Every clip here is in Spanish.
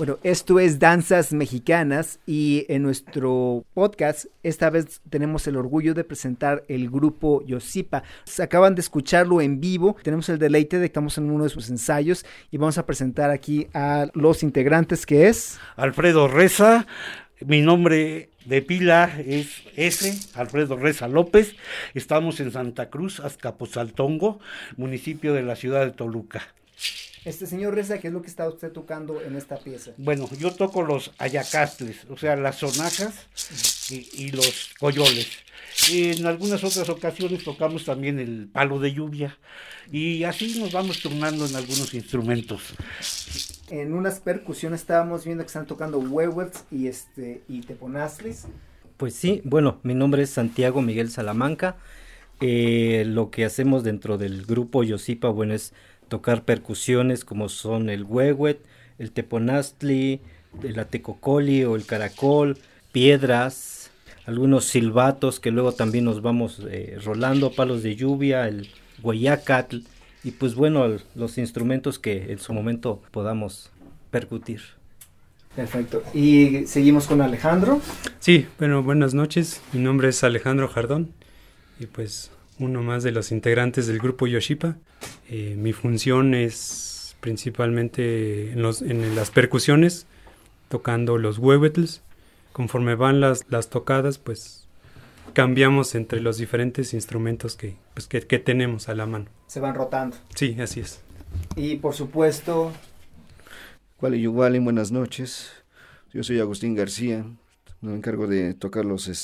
Bueno, esto es Danzas Mexicanas y en nuestro podcast esta vez tenemos el orgullo de presentar el grupo Yosipa. Acaban de escucharlo en vivo, tenemos el deleite de que estamos en uno de sus ensayos y vamos a presentar aquí a los integrantes, que es... Alfredo Reza, mi nombre de pila es Alfredo Reza López, estamos en Santa Cruz, Azcapotzaltongo, municipio de la ciudad de Toluca. Señor Reza, ¿qué es lo que está usted tocando en esta pieza? Bueno, yo toco los ayacastles, o sea, las sonajas y los coyoles. En algunas otras ocasiones tocamos también el palo de lluvia y así nos vamos turnando en algunos instrumentos. En unas percusiones estábamos viendo que están tocando huehuets y teponaztlis. Pues sí, bueno, mi nombre es Santiago Miguel Salamanca. Lo que hacemos dentro del grupo Yosipa, bueno, es tocar percusiones como son el huehuet, el teponaztli, el atecocoli o el caracol, piedras, algunos silbatos que luego también nos vamos rolando, palos de lluvia, el hueyacatl y pues bueno, los instrumentos que en su momento podamos percutir. Perfecto. Y seguimos con Alejandro. Sí, bueno, buenas noches. Mi nombre es Alejandro Jardón y pues uno más de los integrantes del grupo Yosipa. Mi función es principalmente en las percusiones, tocando los huehuetls. Conforme van las tocadas, pues cambiamos entre los diferentes instrumentos que tenemos a la mano. Se van rotando. Sí, así es. Y por supuesto... Cuali, buenas noches. Yo soy Agustín García. Me encargo de tocar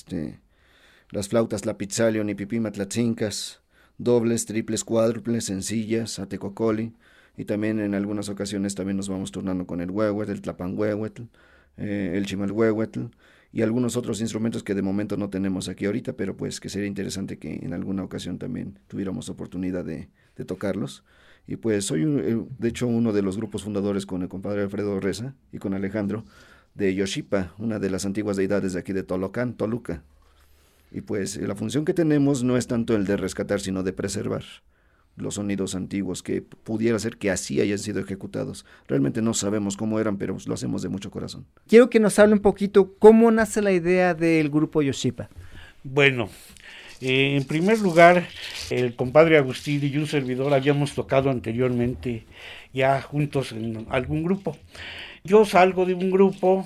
las flautas Lapitzalion y Pipimatlatzincas, dobles, triples, cuádruples, sencillas, atecocoli, y también en algunas ocasiones también nos vamos turnando con el huehuetl, el tlapanhuehuetl, el chimalhuehuetl y algunos otros instrumentos que de momento no tenemos aquí ahorita, pero pues que sería interesante que en alguna ocasión también tuviéramos oportunidad de tocarlos. Y pues soy de hecho uno de los grupos fundadores con el compadre Alfredo Reza y con Alejandro de Yosipa, una de las antiguas deidades de aquí de Tolocán, Toluca. Y pues la función que tenemos no es tanto el de rescatar, sino de preservar los sonidos antiguos que pudiera ser que así hayan sido ejecutados. Realmente no sabemos cómo eran, pero lo hacemos de mucho corazón. Quiero que nos hable un poquito cómo nace la idea del grupo Yosipa. Bueno, en primer lugar, el compadre Agustín y un servidor habíamos tocado anteriormente ya juntos en algún grupo. Yo salgo de un grupo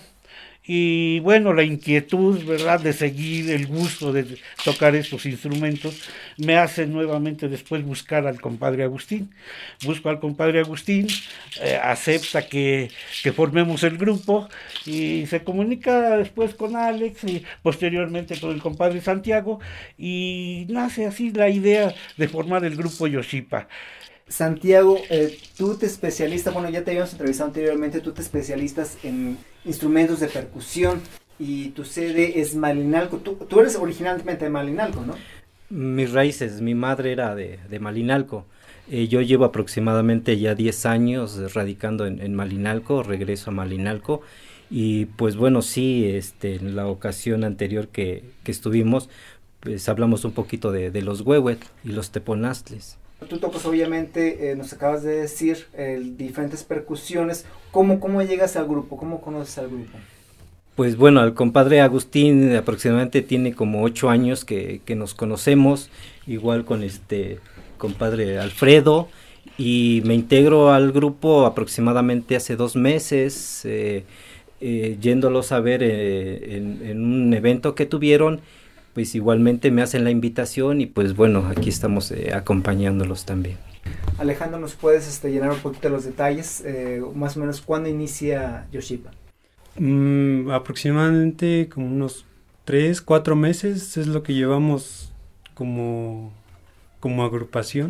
y bueno, la inquietud, ¿verdad?, de seguir, el gusto de tocar estos instrumentos, me hace nuevamente después buscar al compadre Agustín. Busco al compadre Agustín, acepta que formemos el grupo y se comunica después con Alex y posteriormente con el compadre Santiago y nace así la idea de formar el grupo Yosipa. Santiago, tú te especialistas, bueno, ya te habíamos entrevistado anteriormente, tú te especialistas en instrumentos de percusión y tu sede es Malinalco. Tú eres originalmente de Malinalco, ¿no? Mis raíces, mi madre era de Malinalco. Yo llevo aproximadamente ya 10 años radicando en Malinalco, regreso a Malinalco y pues bueno, sí, en la ocasión anterior que estuvimos, pues hablamos un poquito de los huehuet y los teponaztles. Tú tocas obviamente, nos acabas de decir, diferentes percusiones. ¿Cómo llegas al grupo? ¿Cómo conoces al grupo? Pues bueno, al compadre Agustín aproximadamente tiene como 8 años que nos conocemos, igual con compadre Alfredo, y me integro al grupo aproximadamente hace 2 meses, yéndolos a ver en un evento que tuvieron. Pues igualmente me hacen la invitación y pues bueno, aquí estamos acompañándolos también. Alejandro, ¿nos puedes llenar un poquito los detalles? Más o menos, ¿cuándo inicia Yosipa? Aproximadamente como unos 3-4 meses es lo que llevamos como agrupación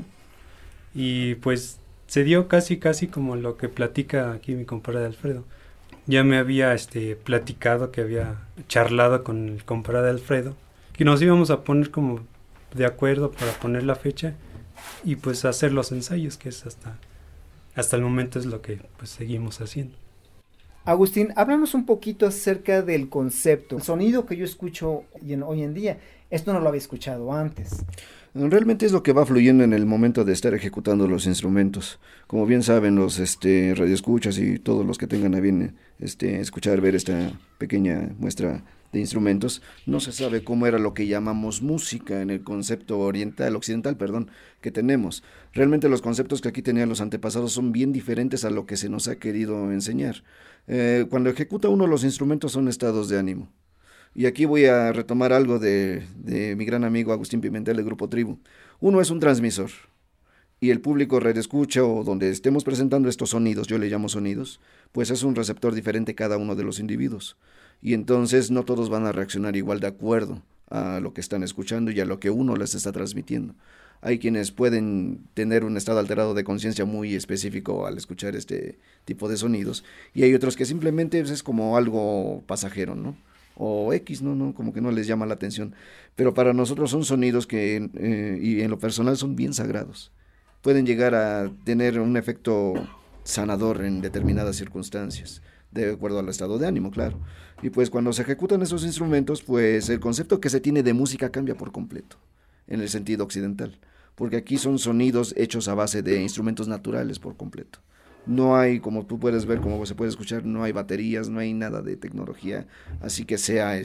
y pues se dio casi como lo que platica aquí mi compadre Alfredo. Ya me había platicado que había charlado con el compadre Alfredo que nos íbamos a poner como de acuerdo para poner la fecha y pues hacer los ensayos, que es hasta el momento es lo que pues seguimos haciendo. Agustín, háblanos un poquito acerca del concepto, el sonido que yo escucho hoy en día. Esto no lo había escuchado antes. Realmente es lo que va fluyendo en el momento de estar ejecutando los instrumentos. Como bien saben los radioescuchas y todos los que tengan a bien escuchar, ver esta pequeña muestra de instrumentos, no se sabe cómo era lo que llamamos música en el concepto occidental, que tenemos. Realmente los conceptos que aquí tenían los antepasados son bien diferentes a lo que se nos ha querido enseñar. Cuando ejecuta uno los instrumentos son estados de ánimo. Y aquí voy a retomar algo de mi gran amigo Agustín Pimentel del Grupo Tribu. Uno es un transmisor, y el público radioescucha o donde estemos presentando estos sonidos, yo le llamo sonidos, pues es un receptor diferente cada uno de los individuos. Y entonces no todos van a reaccionar igual de acuerdo a lo que están escuchando y a lo que uno les está transmitiendo. Hay quienes pueden tener un estado alterado de conciencia muy específico al escuchar este tipo de sonidos, y hay otros que simplemente es como algo pasajero, ¿no? O X, no, como que no les llama la atención. Pero para nosotros son sonidos que, y en lo personal, son bien sagrados. Pueden llegar a tener un efecto sanador en determinadas circunstancias, de acuerdo al estado de ánimo, claro. Y pues cuando se ejecutan esos instrumentos, pues el concepto que se tiene de música cambia por completo, en el sentido occidental, porque aquí son sonidos hechos a base de instrumentos naturales por completo. No hay, como tú puedes ver, como se puede escuchar, no hay baterías, no hay nada de tecnología, así que sea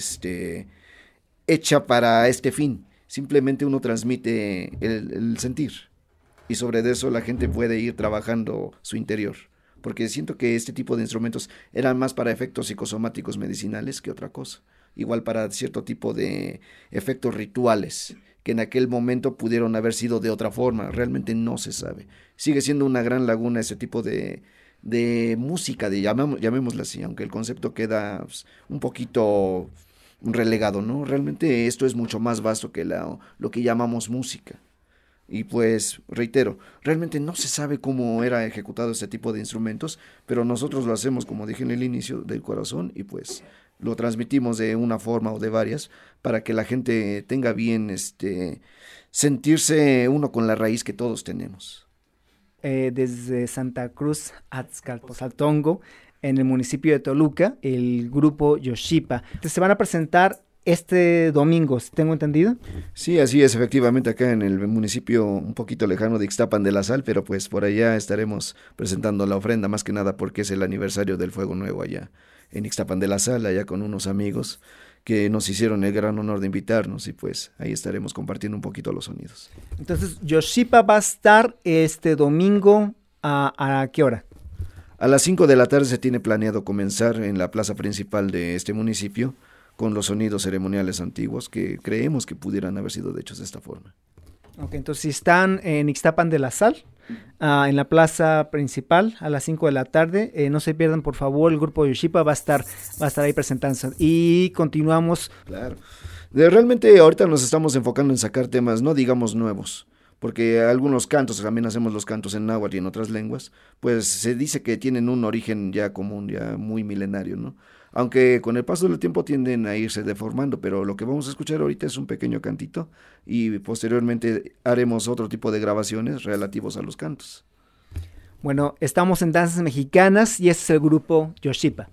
hecha para este fin. Simplemente uno transmite el sentir, y sobre eso la gente puede ir trabajando su interior, porque siento que este tipo de instrumentos eran más para efectos psicosomáticos medicinales que otra cosa, igual para cierto tipo de efectos rituales, que en aquel momento pudieron haber sido de otra forma, realmente no se sabe. Sigue siendo una gran laguna ese tipo de música, llamémosla así, aunque el concepto queda pues, un poquito relegado, ¿no? Realmente esto es mucho más vasto que lo que llamamos música. Y pues, reitero, realmente no se sabe cómo era ejecutado este tipo de instrumentos, pero nosotros lo hacemos, como dije en el inicio, del corazón, y pues lo transmitimos de una forma o de varias para que la gente tenga bien sentirse uno con la raíz que todos tenemos. Desde Santa Cruz Azcapotzaltongo, en el municipio de Toluca, el grupo Yoshipa. Se van a presentar este domingo, ¿tengo entendido? Sí, así es, efectivamente, acá en el municipio un poquito lejano de Ixtapan de la Sal, pero pues por allá estaremos presentando la ofrenda, más que nada porque es el aniversario del Fuego Nuevo allá en Ixtapan de la Sal, allá con unos amigos que nos hicieron el gran honor de invitarnos, y pues ahí estaremos compartiendo un poquito los sonidos. Entonces, Yoshipa va a estar este domingo, ¿a qué hora? A las 5 de la tarde se tiene planeado comenzar en la plaza principal de este municipio con los sonidos ceremoniales antiguos que creemos que pudieran haber sido hechos de esta forma. Ok, entonces si están en Ixtapan de la Sal, en la plaza principal a las 5 de la tarde, no se pierdan por favor, el grupo Yoshipa va a estar ahí presentándose. Y continuamos. Claro, realmente ahorita nos estamos enfocando en sacar temas, no digamos nuevos, porque algunos cantos, también hacemos los cantos en náhuatl y en otras lenguas, pues se dice que tienen un origen ya común, ya muy milenario, ¿no? Aunque con el paso del tiempo tienden a irse deformando, pero lo que vamos a escuchar ahorita es un pequeño cantito, y posteriormente haremos otro tipo de grabaciones relativos a los cantos. Bueno, estamos en Danzas Mexicanas y este es el grupo Yoshipa.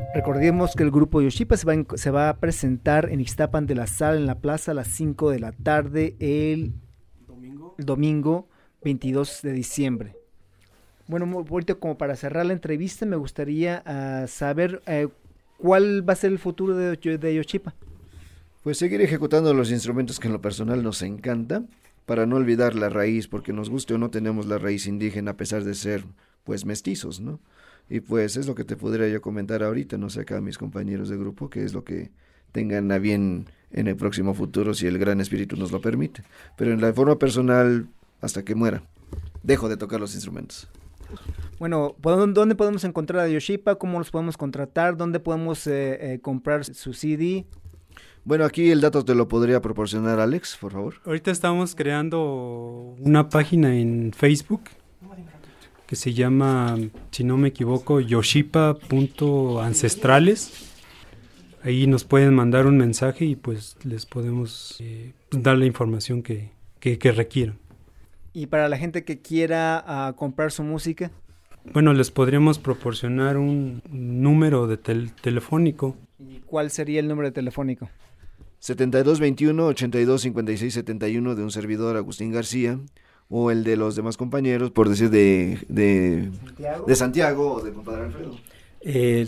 Recordemos que el grupo Yoshipa se va a presentar en Ixtapan de la Sal, en la plaza, a las 5 de la tarde el domingo 22 de diciembre. Bueno, ahorita como para cerrar la entrevista me gustaría saber cuál va a ser el futuro de Yoshipa. Pues seguir ejecutando los instrumentos que en lo personal nos encanta, para no olvidar la raíz, porque nos guste o no tenemos la raíz indígena a pesar de ser pues mestizos, ¿no? Y pues es lo que te podría yo comentar ahorita, no sé acá a mis compañeros de grupo, que es lo que tengan a bien en el próximo futuro si el Gran Espíritu nos lo permite. Pero en la forma personal, hasta que muera, dejo de tocar los instrumentos. Bueno, ¿dónde podemos encontrar a Yoshipa? ¿Cómo los podemos contratar? ¿Dónde podemos comprar su CD? Bueno, aquí el dato te lo podría proporcionar Alex, por favor. Ahorita estamos creando una página en Facebook que se llama, si no me equivoco, yoshipa.ancestrales. Ahí nos pueden mandar un mensaje y pues les podemos dar la información que requieran. Y para la gente que quiera comprar su música. Bueno, les podríamos proporcionar un número de telefónico. ¿Y cuál sería el número de telefónico? 7221-825671 de un servidor, Agustín García, o el de los demás compañeros, por decir de Santiago o de compadre Alfredo. El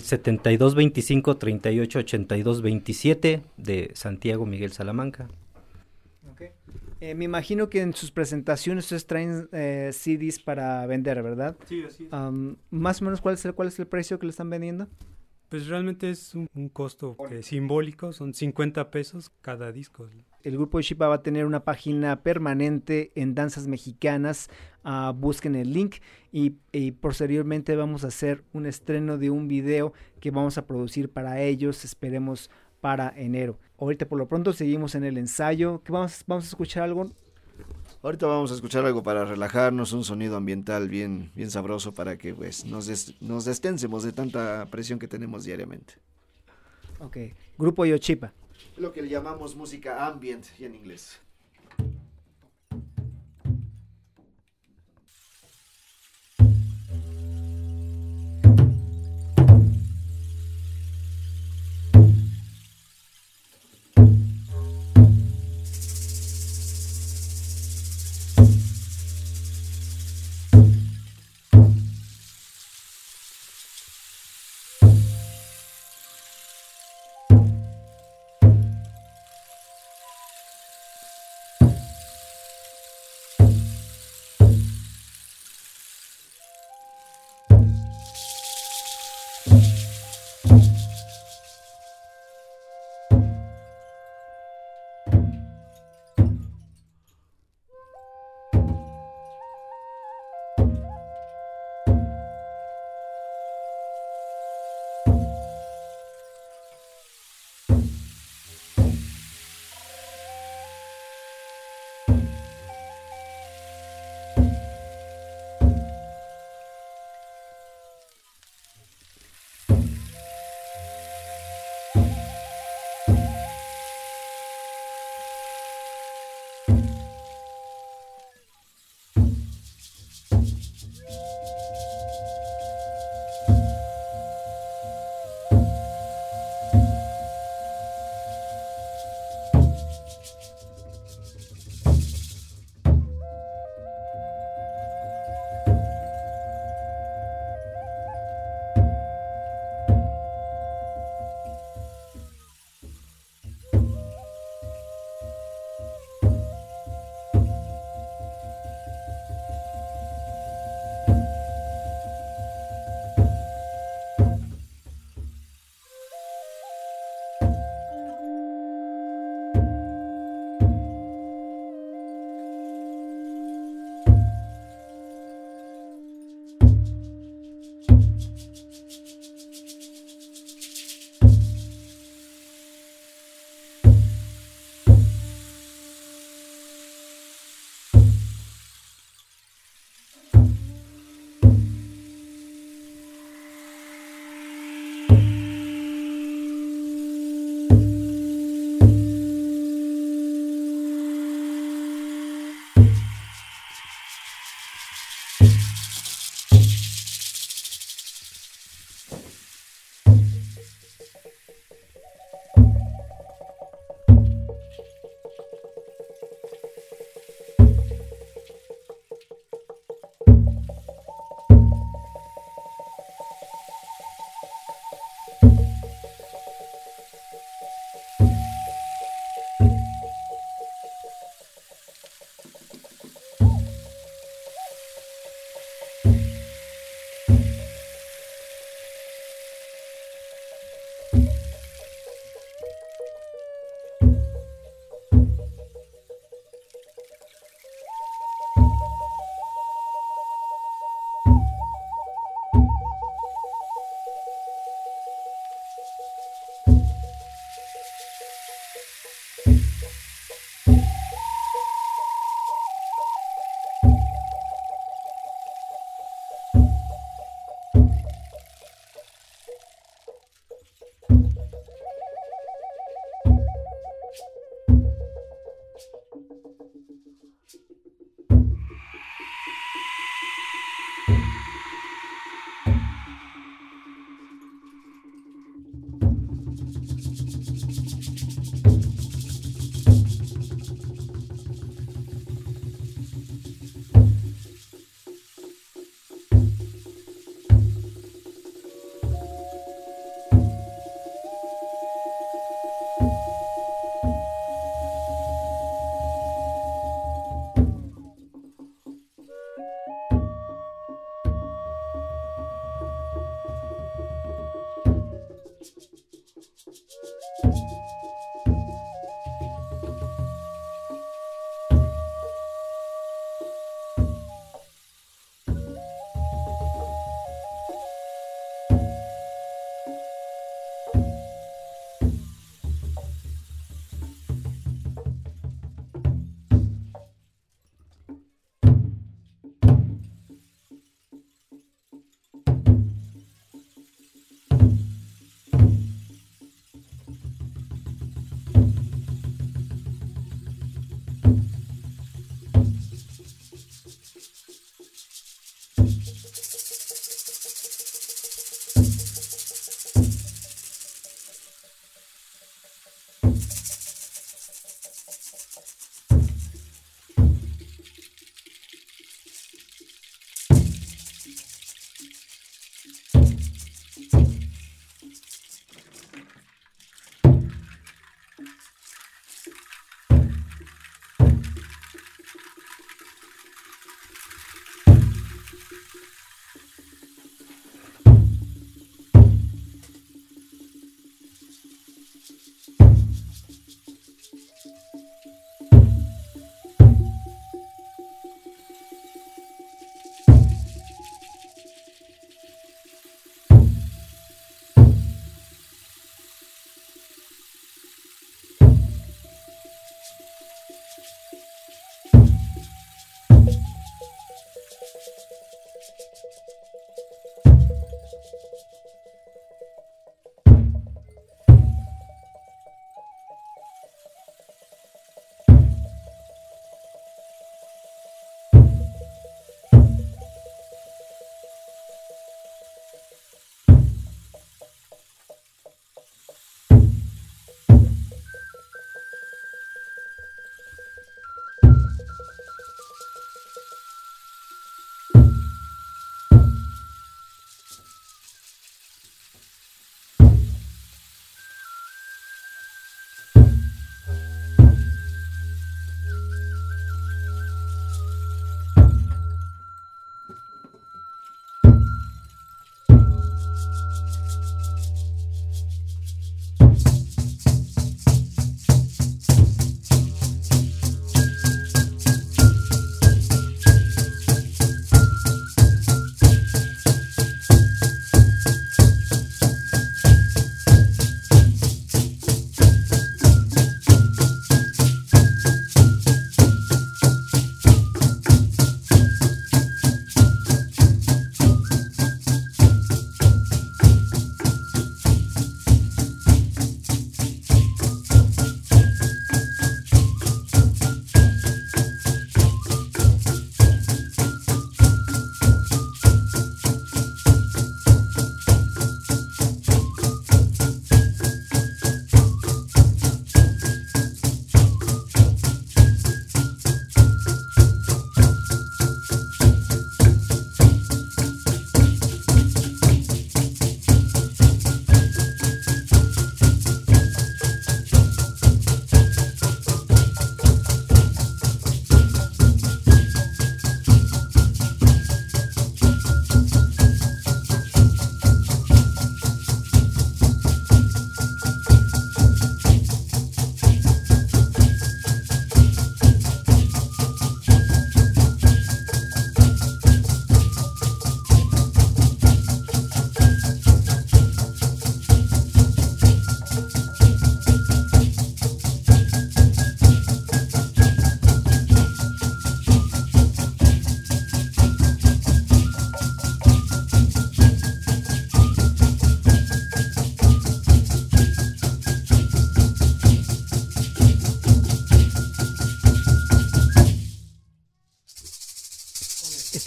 7225-388227 de Santiago Miguel Salamanca. Okay. Me imagino que en sus presentaciones ustedes traen CDs para vender, ¿verdad? Sí, así es. Más o menos, ¿cuál es el precio que le están vendiendo? Pues realmente es un costo simbólico, son 50 pesos cada disco. El grupo Yoshipa va a tener una página permanente en Danzas Mexicanas, busquen el link y posteriormente vamos a hacer un estreno de un video que vamos a producir para ellos, esperemos para enero. Ahorita por lo pronto seguimos en el ensayo, que vamos a escuchar algo. Ahorita vamos a escuchar algo para relajarnos, un sonido ambiental bien sabroso para que pues nos destensemos de tanta presión que tenemos diariamente. Ok, grupo Yoshipa. Lo que le llamamos música ambient y en inglés.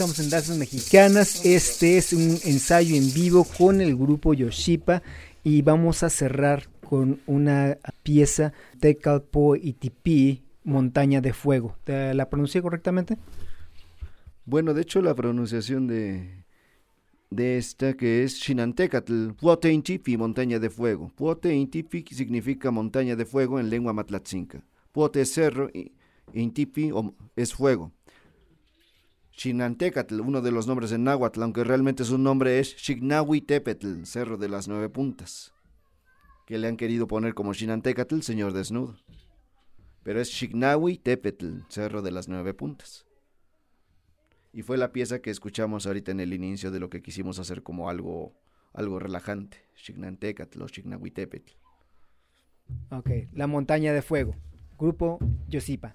estamos en Danzas Mexicanas. Este es un ensayo en vivo con el grupo Yoshipa y vamos a cerrar con una pieza Tecalpo Itipi, Montaña de Fuego. ¿La pronuncié correctamente? Bueno, de hecho la pronunciación de esta que es Xinantecatl, Puote Intipi, Montaña de Fuego. Puote Intipi significa montaña de fuego en lengua matlatzinca. Puote es cerro, Intipi es fuego. Xinantecatl, uno de los nombres en náhuatl, aunque realmente su nombre es Xignahuitepetl, Cerro de las Nueve Puntas, que le han querido poner como Xinantecatl, Señor Desnudo. Pero es Xignahuitepetl, Cerro de las Nueve Puntas. Y fue la pieza que escuchamos ahorita en el inicio de lo que quisimos hacer como algo relajante. Xignantecatl o Xignahuitepetl. Ok, La Montaña de Fuego, grupo Yosipa.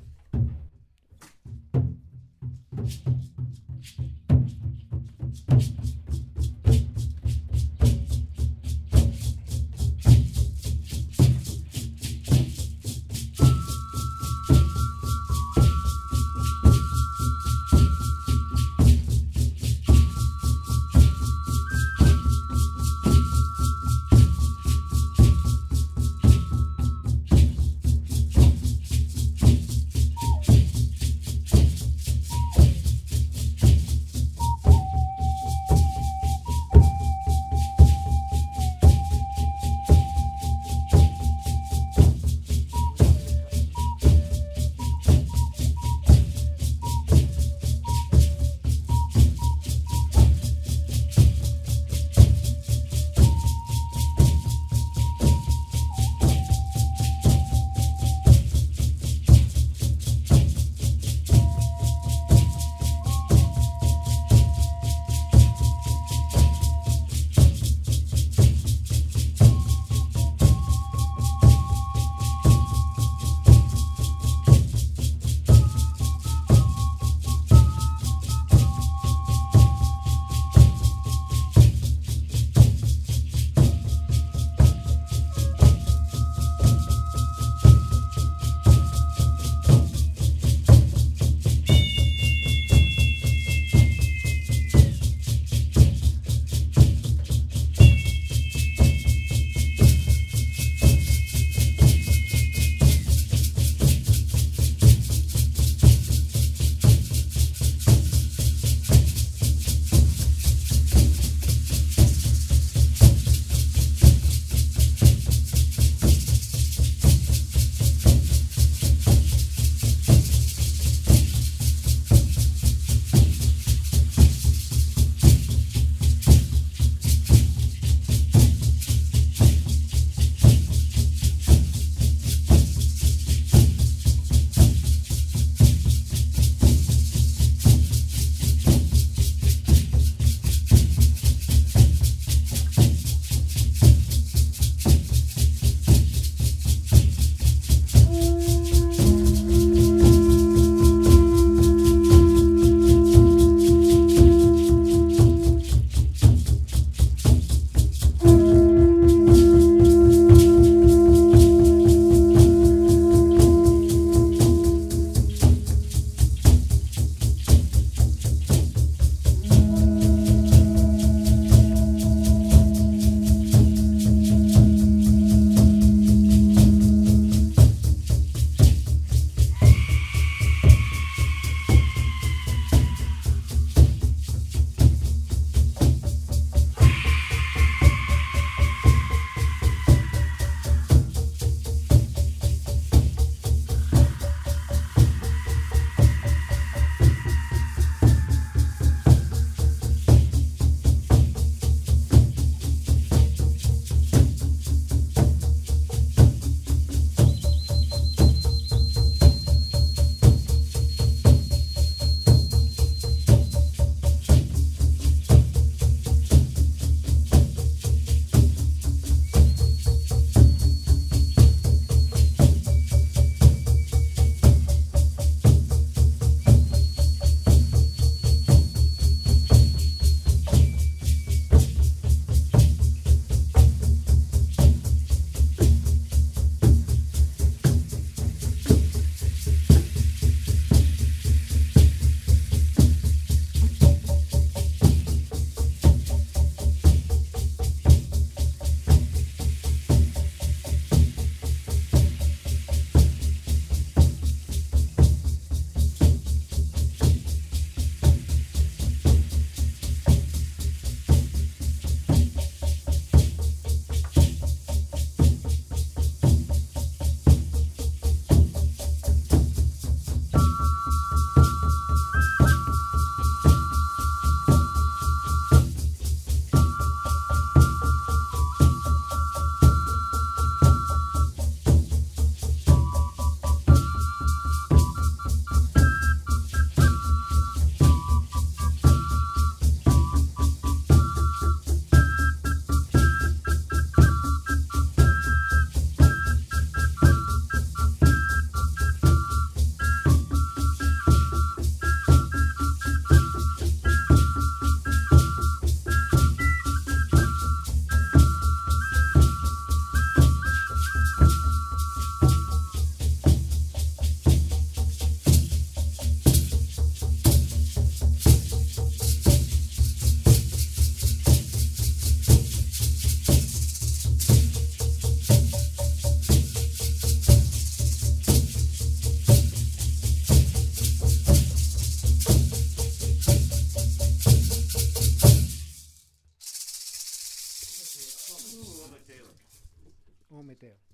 O Meteo.